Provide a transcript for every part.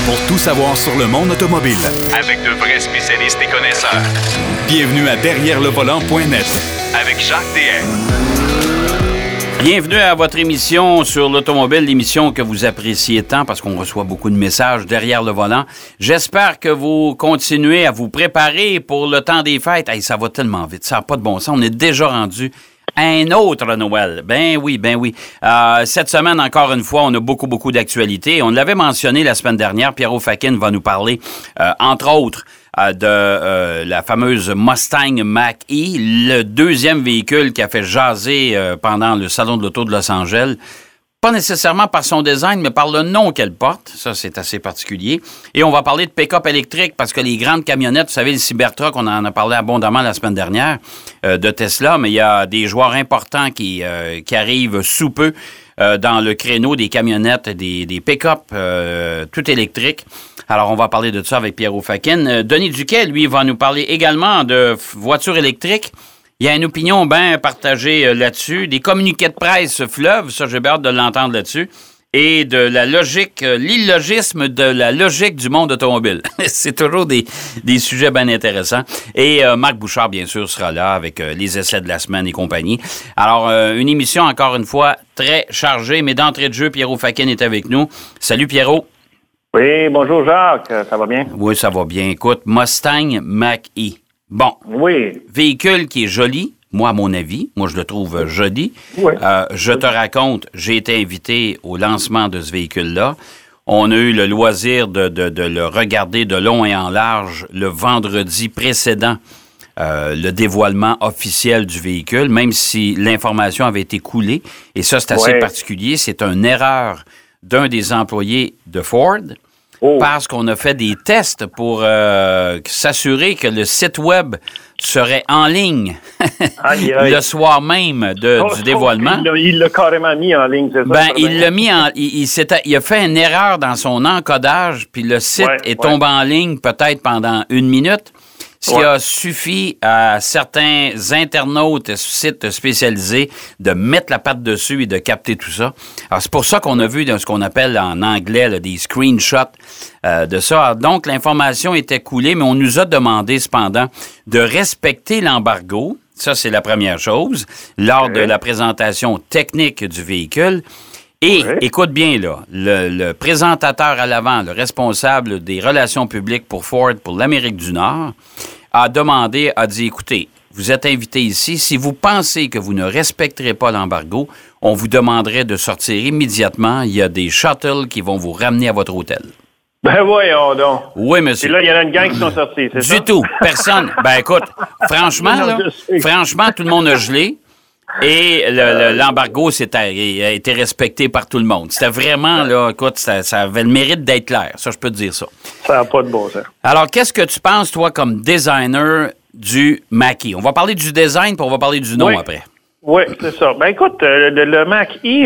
pour tout savoir sur le monde automobile. Avec de vrais spécialistes et connaisseurs. Bienvenue à DerrièreLeVolant.net avec Jacques DM. Bienvenue à votre émission sur l'automobile, l'émission que vous appréciez tant parce qu'on reçoit beaucoup de messages derrière le volant. J'espère que vous continuez à vous préparer pour le temps des fêtes. Hey, ça va tellement vite, ça n'a pas de bon sens. On est déjà rendu à un autre Noël. Ben oui. Cette semaine, encore une fois, on a beaucoup d'actualités. On l'avait mentionné la semaine dernière. Pierrot Fakin va nous parler, entre autres, de la fameuse Mustang Mach-E, le deuxième véhicule qui a fait jaser pendant le Salon de l'Auto de Los Angeles. Pas nécessairement par son design, mais par le nom qu'elle porte. Ça, c'est assez particulier. Et on va parler de pick-up électrique parce que les grandes camionnettes, vous savez, le Cybertruck, on en a parlé abondamment la semaine dernière de Tesla, mais il y a des joueurs importants qui arrivent sous peu dans le créneau des camionnettes, des pick-up tout électriques. Alors, on va parler de ça avec Pierrot Fakin. Denis Duquet, lui, va nous parler également de voitures électriques. Il y a une opinion bien partagée là-dessus. Des communiqués de presse fleuve, ça, j'ai bien hâte de l'entendre là-dessus. Et de la logique, l'illogisme de la logique du monde automobile. C'est toujours des sujets bien intéressants. Et Marc Bouchard, bien sûr, sera là avec les essais de la semaine et compagnie. Alors, une émission, encore une fois, très chargée, mais d'entrée de jeu, Pierrot Fakin est avec nous. Salut, Pierrot. Oui, bonjour Jacques, ça va bien? Oui, ça va bien. Écoute, Mustang Mach-E. Bon. Oui. Véhicule qui est joli, moi, à mon avis. Moi, je le trouve joli. Oui. Je te raconte, j'ai été invité au lancement de ce véhicule-là. On a eu le loisir de le regarder de long et en large le vendredi précédent, le dévoilement officiel du véhicule, même si l'information avait été coulée. Et ça, c'est assez particulier. C'est une erreur d'un des employés de Ford. Parce qu'on a fait des tests pour s'assurer que le site web serait en ligne le soir même du dévoilement. Il l'a carrément mis en ligne, c'est ça? Ben, il l'a mis en... Il a fait une erreur dans son encodage, puis le site est tombé en ligne peut-être pendant 1 minute. Ce qui a suffi à certains internautes, sites spécialisés, de mettre la patte dessus et de capter tout ça. Alors, c'est pour ça qu'on a vu ce qu'on appelle en anglais là, des screenshots de ça. Alors, donc, l'information était coulée, mais on nous a demandé cependant de respecter l'embargo. Ça, c'est la première chose, lors de la présentation technique du véhicule. Et, écoute bien, là, le présentateur à l'avant, le responsable des relations publiques pour Ford pour l'Amérique du Nord, a dit, écoutez, vous êtes invité ici, si vous pensez que vous ne respecterez pas l'embargo, on vous demanderait de sortir immédiatement. Il y a des shuttles qui vont vous ramener à votre hôtel. Ben voyons donc. Oui, monsieur. Et là, il y en a une gang qui sont sortis, c'est ça? Du tout. Personne. Ben écoute, franchement, tout le monde a gelé. Et l'embargo a été respecté par tout le monde. C'était vraiment, là, écoute, ça avait le mérite d'être clair. Ça, je peux te dire ça. Ça n'a pas de bon sens. Alors, qu'est-ce que tu penses, toi, comme designer du Mach-E? On va parler du design, puis on va parler du nom après. Oui, c'est ça. Ben écoute, le Mach-E,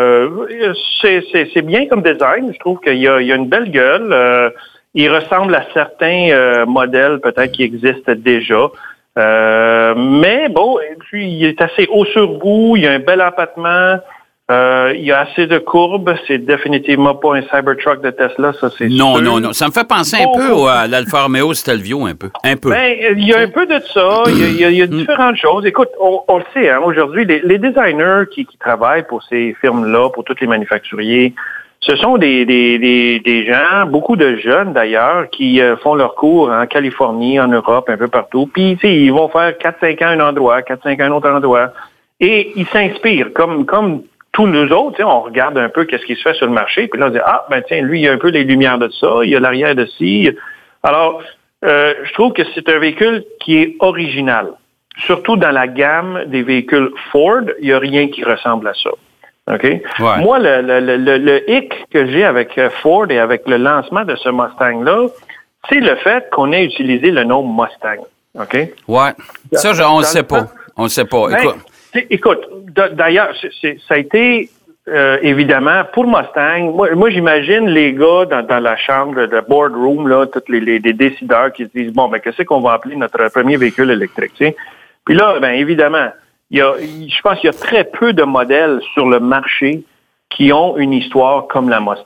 c'est bien comme design. Je trouve qu'il y a une belle gueule. Il ressemble à certains modèles, peut-être, qui existent déjà. Mais bon, et puis il est assez haut sur bout, il y a un bel empattement, il y a assez de courbes, c'est définitivement pas un Cybertruck de Tesla, ça c'est sûr. Non, ça me fait penser un peu à l'Alfa Romeo Stelvio, un peu. Ben, il y a un peu de ça, il y a différentes choses. Écoute, on le sait, hein, aujourd'hui, les designers qui travaillent pour ces firmes-là, pour tous les manufacturiers, ce sont des gens, beaucoup de jeunes d'ailleurs, qui font leurs cours en Californie, en Europe, un peu partout. Puis, tu sais, ils vont faire 4-5 ans un endroit, 4-5 ans un autre endroit. Et ils s'inspirent, comme tous nous autres. On regarde un peu qu'est-ce qui se fait sur le marché. Puis là, on dit, tiens, lui, il y a un peu les lumières de ça, il y a l'arrière de ci. Alors, je trouve que c'est un véhicule qui est original. Surtout dans la gamme des véhicules Ford, il n'y a rien qui ressemble à ça. OK? Ouais. Moi, le hic que j'ai avec Ford et avec le lancement de ce Mustang-là, c'est le fait qu'on ait utilisé le nom Mustang. OK? Ouais. Ça, on ne sait pas. On ne sait pas. Écoute, d'ailleurs, ça a été évidemment pour Mustang. Moi, j'imagine les gars dans la chambre de boardroom, là, tous les décideurs qui se disent bon, ben qu'est-ce qu'on va appeler notre premier véhicule électrique, tu sais? Puis là, ben évidemment, je pense qu'il y a très peu de modèles sur le marché qui ont une histoire comme la Mustang.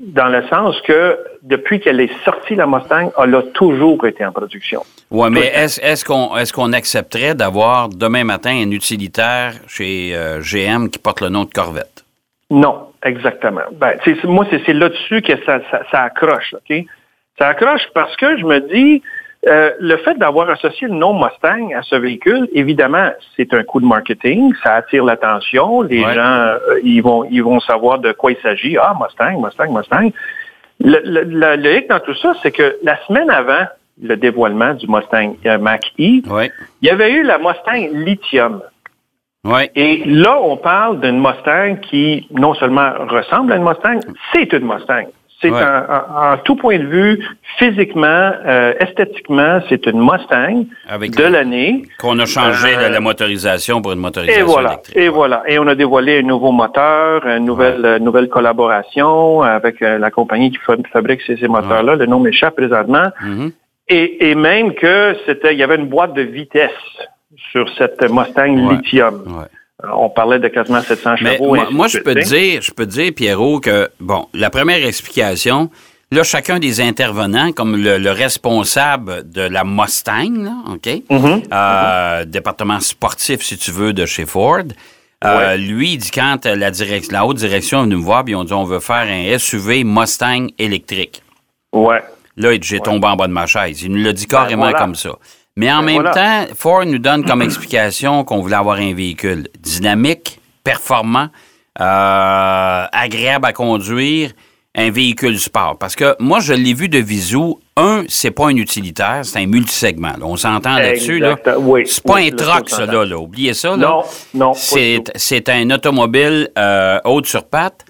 dans le sens que depuis qu'elle est sortie, la Mustang, elle a toujours été en production. Oui, mais est-ce qu'on accepterait d'avoir demain matin un utilitaire chez GM qui porte le nom de Corvette? Non, exactement. Ben, moi, c'est là-dessus que ça accroche, OK? Ça accroche parce que je me dis, le fait d'avoir associé le nom Mustang à ce véhicule, évidemment, c'est un coup de marketing, ça attire l'attention, les gens, ils vont savoir de quoi il s'agit. Ah, Mustang. Le hic dans tout ça, c'est que la semaine avant le dévoilement du Mustang Mach-E, il y avait eu la Mustang Lithium. Ouais. Et là, on parle d'une Mustang qui non seulement ressemble à une Mustang, c'est une Mustang. C'est en tout point de vue, physiquement, esthétiquement, c'est une Mustang de l'année. Qu'on a changé la motorisation pour une motorisation électrique. Et voilà. Et on a dévoilé un nouveau moteur, une nouvelle collaboration avec la compagnie qui fabrique ces moteurs-là. Le nom m'échappe présentement. Mm-hmm. Et même que il y avait une boîte de vitesse sur cette Mustang Lithium. Ouais. On parlait de quasiment 700 chevaux. Moi, je peux te dire, Pierrot, que, bon, la première explication, là, chacun des intervenants, comme le responsable de la Mustang, là, OK? Département sportif, si tu veux, de chez Ford, lui, il dit quand la haute direction est venue me voir, puis ils ont dit on veut faire un SUV Mustang électrique. Ouais. Là, j'ai tombé en bas de ma chaise. Il nous l'a dit carrément comme ça. Mais en même temps, Ford nous donne comme explication qu'on voulait avoir un véhicule dynamique, performant, agréable à conduire, un véhicule sport. Parce que moi, je l'ai vu de visu. C'est pas un utilitaire, c'est un multisegment. Là. On s'entend là-dessus. Là. Oui, c'est pas un truck, ça, là. Oubliez ça. Là. Non. C'est un automobile haute sur pattes.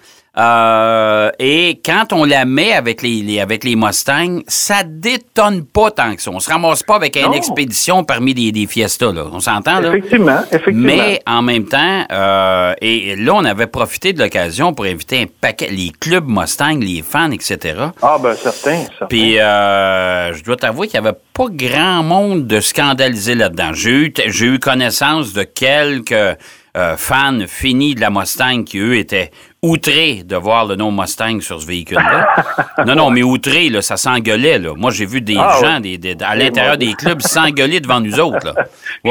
Et quand on la met avec les Mustangs, ça détonne pas tant que ça. On se ramasse pas avec une expédition parmi des Fiestas, là. On s'entend, là? Effectivement. Mais en même temps, et là, on avait profité de l'occasion pour inviter un paquet, les clubs Mustang, les fans, etc. Ah, ben, certain. Puis, je dois t'avouer qu'il y avait pas grand monde de scandalisé là-dedans. J'ai eu connaissance de quelques fans finis de la Mustang qui, eux, étaient outrés de voir le nom Mustang sur ce véhicule-là. Non, mais outrés, là, ça s'engueulait. Là. Moi, j'ai vu des gens à l'intérieur des clubs s'engueuler devant nous autres. Là.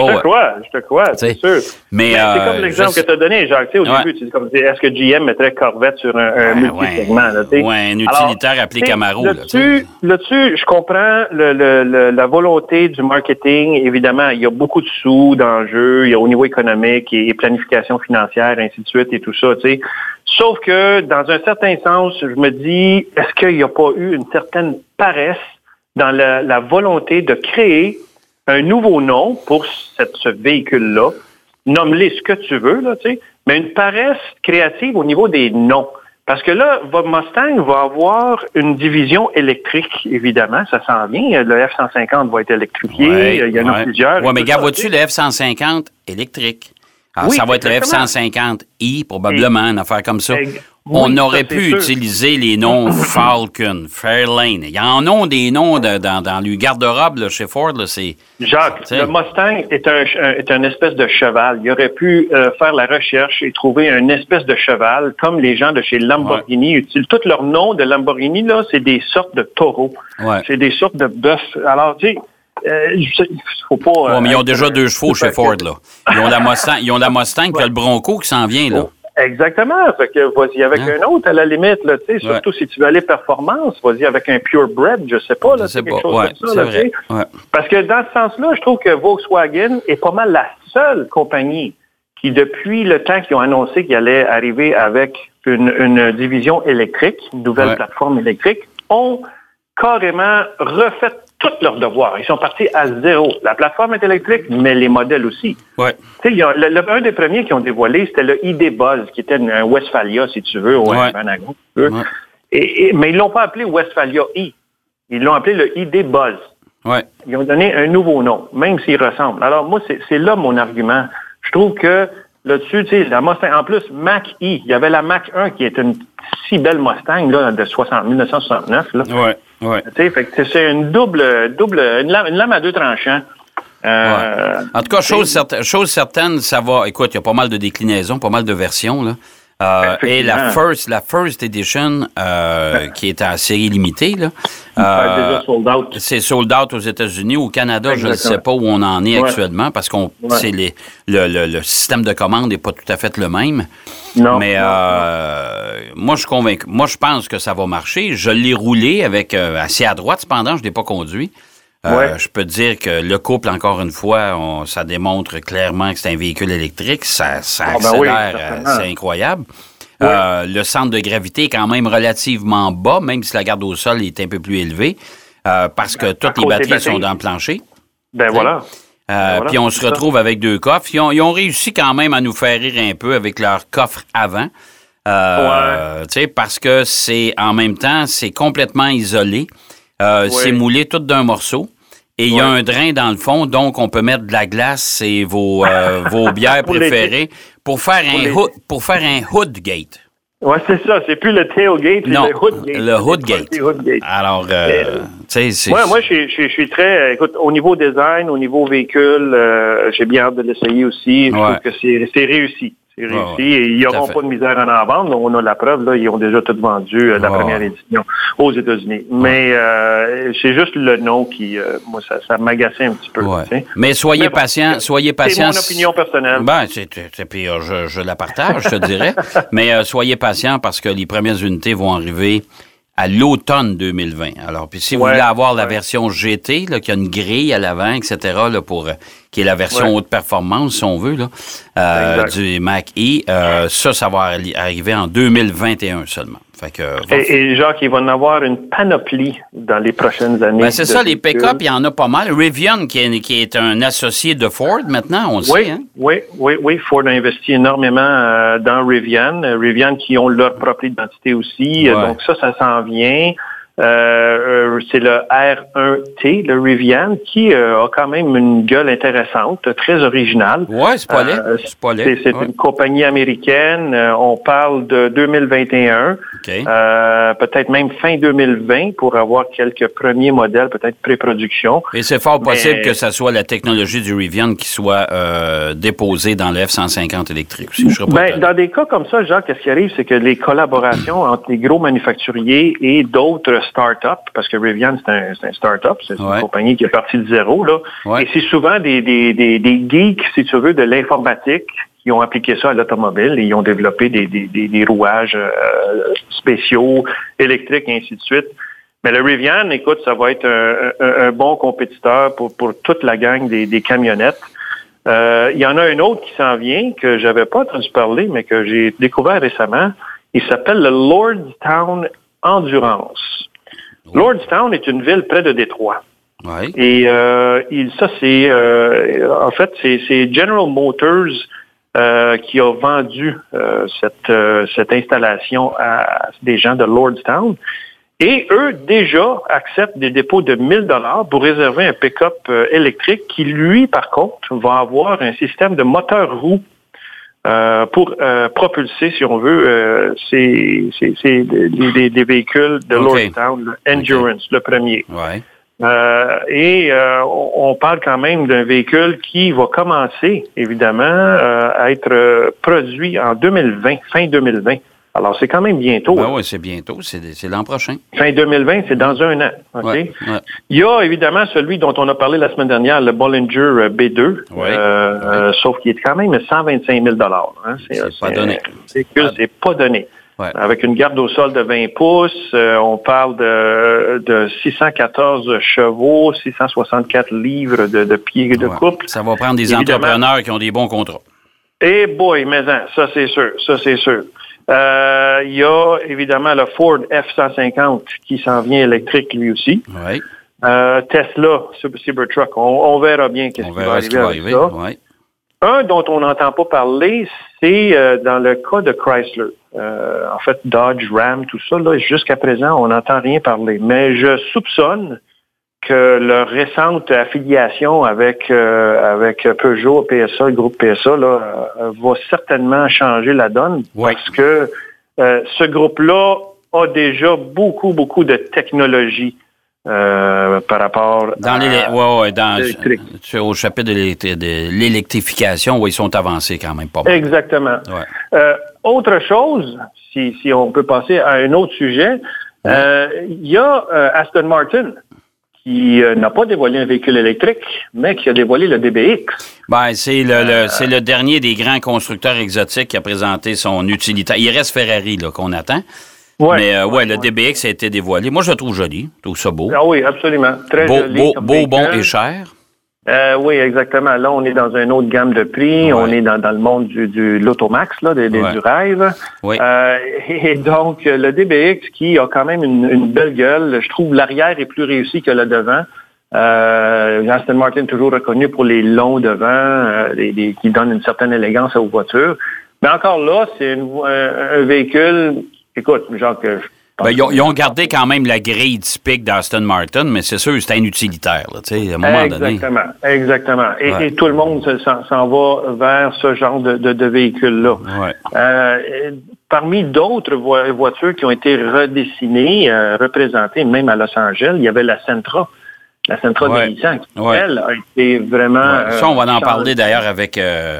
Je te crois, c'est sûr. Mais c'est comme l'exemple que tu as donné, Jacques. Au début, tu dis comme est-ce que GM mettrait Corvette sur un multi-segment? Un utilitaire appelé Camaro. Là-dessus, je comprends la volonté du marketing. Évidemment, il y a beaucoup de sous d'enjeux. Il y a au niveau économique et planification financière, ainsi de suite, et tout ça, tu sais. Sauf que, dans un certain sens, je me dis, est-ce qu'il n'y a pas eu une certaine paresse dans la volonté de créer un nouveau nom pour ce véhicule-là? Nomme-les ce que tu veux, là, tu sais, mais une paresse créative au niveau des noms. Parce que là, votre Mustang va avoir une division électrique, évidemment, ça s'en vient. Le F-150 va être électrifié, il y en a plusieurs. Oui, mais vois-tu le F-150 électrique? Alors, ça va être le F-150i, probablement, une affaire comme ça. On aurait pu utiliser les noms Falcon, Fairlane. Il y en a des noms dans le garde-robe là, chez Ford. Là, Jacques, le Mustang est un espèce de cheval. Il aurait pu faire la recherche et trouver une espèce de cheval, comme les gens de chez Lamborghini utilisent. Tous leurs noms de Lamborghini, là, c'est des sortes de taureaux. Ouais. C'est des sortes de bœufs. Alors, tu sais, faut pas... mais ils ont déjà 2 chevaux chez Ford, là. Ils ont la Mustang puis le Bronco qui s'en vient, là. Exactement. Fait que vas-y avec un autre, à la limite, là, tu sais, surtout si tu veux aller performance, vas-y avec un Purebred, je sais pas, là, c'est quelque chose comme ça, là, tu sais. Parce que dans ce sens-là, je trouve que Volkswagen est pas mal la seule compagnie qui, depuis le temps qu'ils ont annoncé qu'ils allaient arriver avec une division électrique, une nouvelle plateforme électrique, ont carrément refait tous leurs devoirs. Ils sont partis à zéro. La plateforme est électrique, mais les modèles aussi. Ouais. Tu sais, un des premiers qui ont dévoilé, c'était le ID Buzz, qui était un Westphalia, si tu veux, ou un Vanago, si tu veux. Mais ils l'ont pas appelé Westphalia E. Ils l'ont appelé le ID Buzz. Ouais. Ils ont donné un nouveau nom, même s'il ressemble. Alors, moi, c'est là mon argument. Je trouve que là-dessus, tu sais, la Mustang, en plus, Mach-E, il y avait la Mach-1 qui est une si belle Mustang, là, de 1969, là. Ouais. Tu sais, fait que c'est une une lame à 2 tranchants. En tout cas, chose certaine, ça va. Écoute, il y a pas mal de déclinaisons, pas mal de versions, là. Et la First Edition, qui est en série limitée, là, déjà sold out. C'est sold out aux États-Unis. Au Canada, je ne sais pas où on en est actuellement parce qu'on c'est le système de commande n'est pas tout à fait le même. Non. Mais moi, je suis convaincu. Moi, je pense que ça va marcher. Je l'ai roulé avec assez à droite, cependant, je ne l'ai pas conduit. Je peux te dire que le couple, encore une fois, ça démontre clairement que c'est un véhicule électrique. Ça accélère, c'est incroyable. Oui. Le centre de gravité est quand même relativement bas, même si la garde au sol est un peu plus élevée, parce que toutes les batteries sont dans le plancher. Voilà. Puis on se retrouve avec deux coffres. Ils ont réussi quand même à nous faire rire un peu avec leur coffre avant. Parce que c'est en même temps, c'est complètement isolé. C'est moulé tout d'un morceau. Et il y a un drain dans le fond, donc on peut mettre de la glace et vos bières préférées pour faire un hood gate. Oui, c'est ça. C'est plus le tailgate, c'est le hood gate. Le hood gate. Alors, tu sais, c'est... Moi, je suis très... Écoute, au niveau design, au niveau véhicule, j'ai bien hâte de l'essayer aussi. Je trouve que c'est réussi. C'est réussi. Et ils n'auront pas de misère à en vendre. On a la preuve, là, ils ont déjà tout vendu la première édition aux États-Unis. Mais c'est juste le nom qui, moi, ça m'agaçait un petit peu. Mais soyez patient. C'est mon opinion personnelle. Ben, puis je la partage, je te dirais. Mais soyez patient parce que les premières unités vont arriver à l'automne 2020. Alors, puis si vous voulez avoir la version GT, là, qui a une grille à l'avant, etc., là, qui est la version haute performance, si on veut, là, du Mac E, ça va arriver en 2021 seulement. Fait que, et Jacques, il va en avoir une panoplie dans les prochaines années. Ben c'est ça, les pick-up, il y en a pas mal. Rivian, qui est un associé de Ford maintenant, on le sait. Hein? Oui. Ford a investi énormément dans Rivian. Rivian qui ont leur propre identité aussi. Donc ça s'en vient. C'est le R1T, le Rivian, qui a quand même une gueule intéressante, très originale. Oui, c'est pas laid. C'est une compagnie américaine. On parle de 2021, peut-être même fin 2020 pour avoir quelques premiers modèles, peut-être pré-production. Et c'est fort possible que ça soit la technologie du Rivian qui soit déposée dans le F-150 électrique aussi. Dans des cas comme ça, Jacques, ce qui arrive, c'est que les collaborations entre les gros manufacturiers et d'autres start-up, parce que Rivian, c'est un start-up, c'est une compagnie qui est partie de zéro, là. Et c'est souvent des geeks, si tu veux, de l'informatique qui ont appliqué ça à l'automobile et ils ont développé des rouages spéciaux, électriques, et ainsi de suite. Mais le Rivian, écoute, ça va être un bon compétiteur pour toute la gang des camionnettes. Il y en a un autre qui s'en vient, que j'avais pas entendu parler, mais que j'ai découvert récemment. Il s'appelle le Lordstown Endurance. Lordstown est une ville près de Détroit. Et c'est General Motors qui a vendu cette installation à des gens de Lordstown. Et eux, déjà, acceptent des dépôts de 1 000 $ pour réserver un pick-up électrique qui, lui, par contre, va avoir un système de moteur-roue pour propulser, si on veut, des véhicules de Lordstown, le Endurance, le premier. On parle quand même d'un véhicule qui va commencer, évidemment, à être produit en 2020, fin 2020. Alors, c'est quand même bientôt. Oui, c'est bientôt. C'est l'an prochain. Fin 2020, c'est dans un an. Il y a évidemment celui dont on a parlé la semaine dernière, le Bollinger B2, sauf qu'il est quand même 125 000 $. C'est pas donné. C'est pas donné. Avec une garde au sol de 20 pouces, on parle de 614 chevaux, 664 livres de pieds de couple. Ça va prendre des entrepreneurs qui ont des bons contrats. Eh boy, mais ça c'est sûr. Il y a évidemment le Ford F-150 qui s'en vient électrique lui aussi. Tesla, Cybertruck, on verra bien ce qui va arriver avec ça. Un dont on n'entend pas parler, c'est dans le cas de Chrysler. En fait, Dodge, Ram, tout ça, là, jusqu'à présent, on n'entend rien parler. Mais je soupçonne que leur récente affiliation avec Peugeot, PSA, le groupe PSA, là, va certainement changer la donne parce que ce groupe-là a déjà beaucoup de technologie par rapport au chapitre de l'électrification, où ils sont avancés quand même pas mal. Exactement. Ouais. Autre chose, si on peut passer à un autre sujet, il y a Aston Martin qui n'a pas dévoilé un véhicule électrique, mais qui a dévoilé le DBX. Ben, c'est le dernier des grands constructeurs exotiques qui a présenté son utilitaire. Il reste Ferrari là, qu'on attend. Ouais, mais le DBX a été dévoilé. Moi, je le trouve joli. Je trouve ça beau. Ah oui, absolument. Très joli. Beau, bon et cher. Oui, exactement. Là, on est dans une autre gamme de prix. Ouais. On est dans le monde du l'automax, là, du rêve. Oui. Et donc, le DBX qui a quand même une belle gueule. Je trouve l'arrière est plus réussi que le devant. Aston Martin toujours reconnu pour les longs devants, qui donnent une certaine élégance aux voitures. Mais encore là, c'est un véhicule. Écoute, genre que ils ont gardé quand même la grille typique d'Aston Martin, mais c'est sûr, c'est un utilitaire, là, tu sais, à un moment donné. Exactement. Et tout le monde s'en va vers ce genre de véhicule-là. Ouais. Parmi d'autres voitures qui ont été redessinées, représentées, même à Los Angeles, il y avait la Sentra. La Sentra de Nissan, qui, elle, a été vraiment... Ça, on va en parler d'ailleurs avec...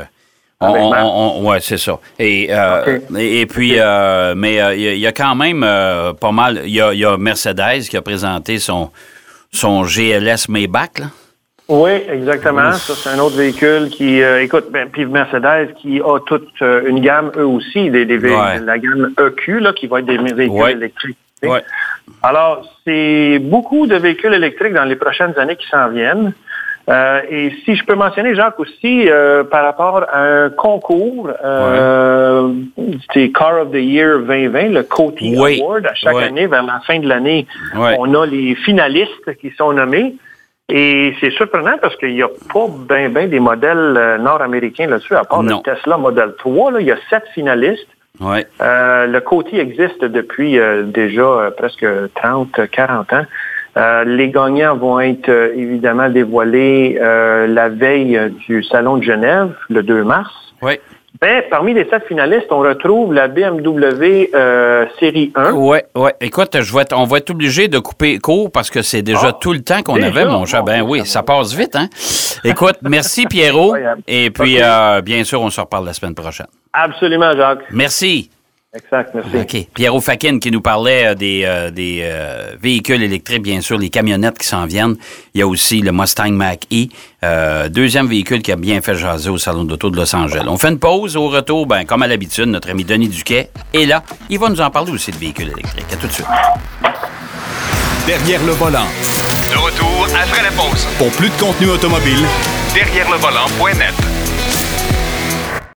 c'est ça. Et puis, mais il y a quand même pas mal. Il y a Mercedes qui a présenté son GLS Maybach, là. Oui, exactement. Ouf. Ça, c'est un autre véhicule qui, puis Mercedes qui a toute une gamme, eux aussi, la gamme EQ, là, qui va être des véhicules électriques. Ouais. Alors, c'est beaucoup de véhicules électriques dans les prochaines années qui s'en viennent. Et si je peux mentionner, Jacques, aussi, par rapport à un concours, c'est Car of the Year 2020, le COTY Award, à chaque année, vers la fin de l'année, on a les finalistes qui sont nommés. Et c'est surprenant parce qu'il n'y a pas bien des modèles nord-américains là-dessus, à part le Tesla Model 3. Là, il y a 7 finalistes. Ouais. Le COTY existe depuis déjà presque 30-40 ans. Les gagnants vont être évidemment dévoilés la veille du Salon de Genève, le 2 mars. Oui. Mais parmi les 7 finalistes, on retrouve la BMW Série 1. Oui. Écoute, on va être obligé de couper court parce que c'est déjà tout le temps qu'on avait, mon cher. Ben oui, ça passe vite, hein? Écoute, merci Pierrot. Et puis, bien sûr, on se reparle la semaine prochaine. Absolument, Jacques. Merci. Exact, merci. OK. Pierrot Fakin qui nous parlait des véhicules électriques, bien sûr, les camionnettes qui s'en viennent. Il y a aussi le Mustang Mach-E, deuxième véhicule qui a bien fait jaser au Salon d'auto de Los Angeles. On fait une pause. Au retour, comme à l'habitude, notre ami Denis Duquet est là. Il va nous en parler aussi de véhicules électriques. À tout de suite. Derrière le volant. De retour après la pause. Pour plus de contenu automobile, derrière le volant.net.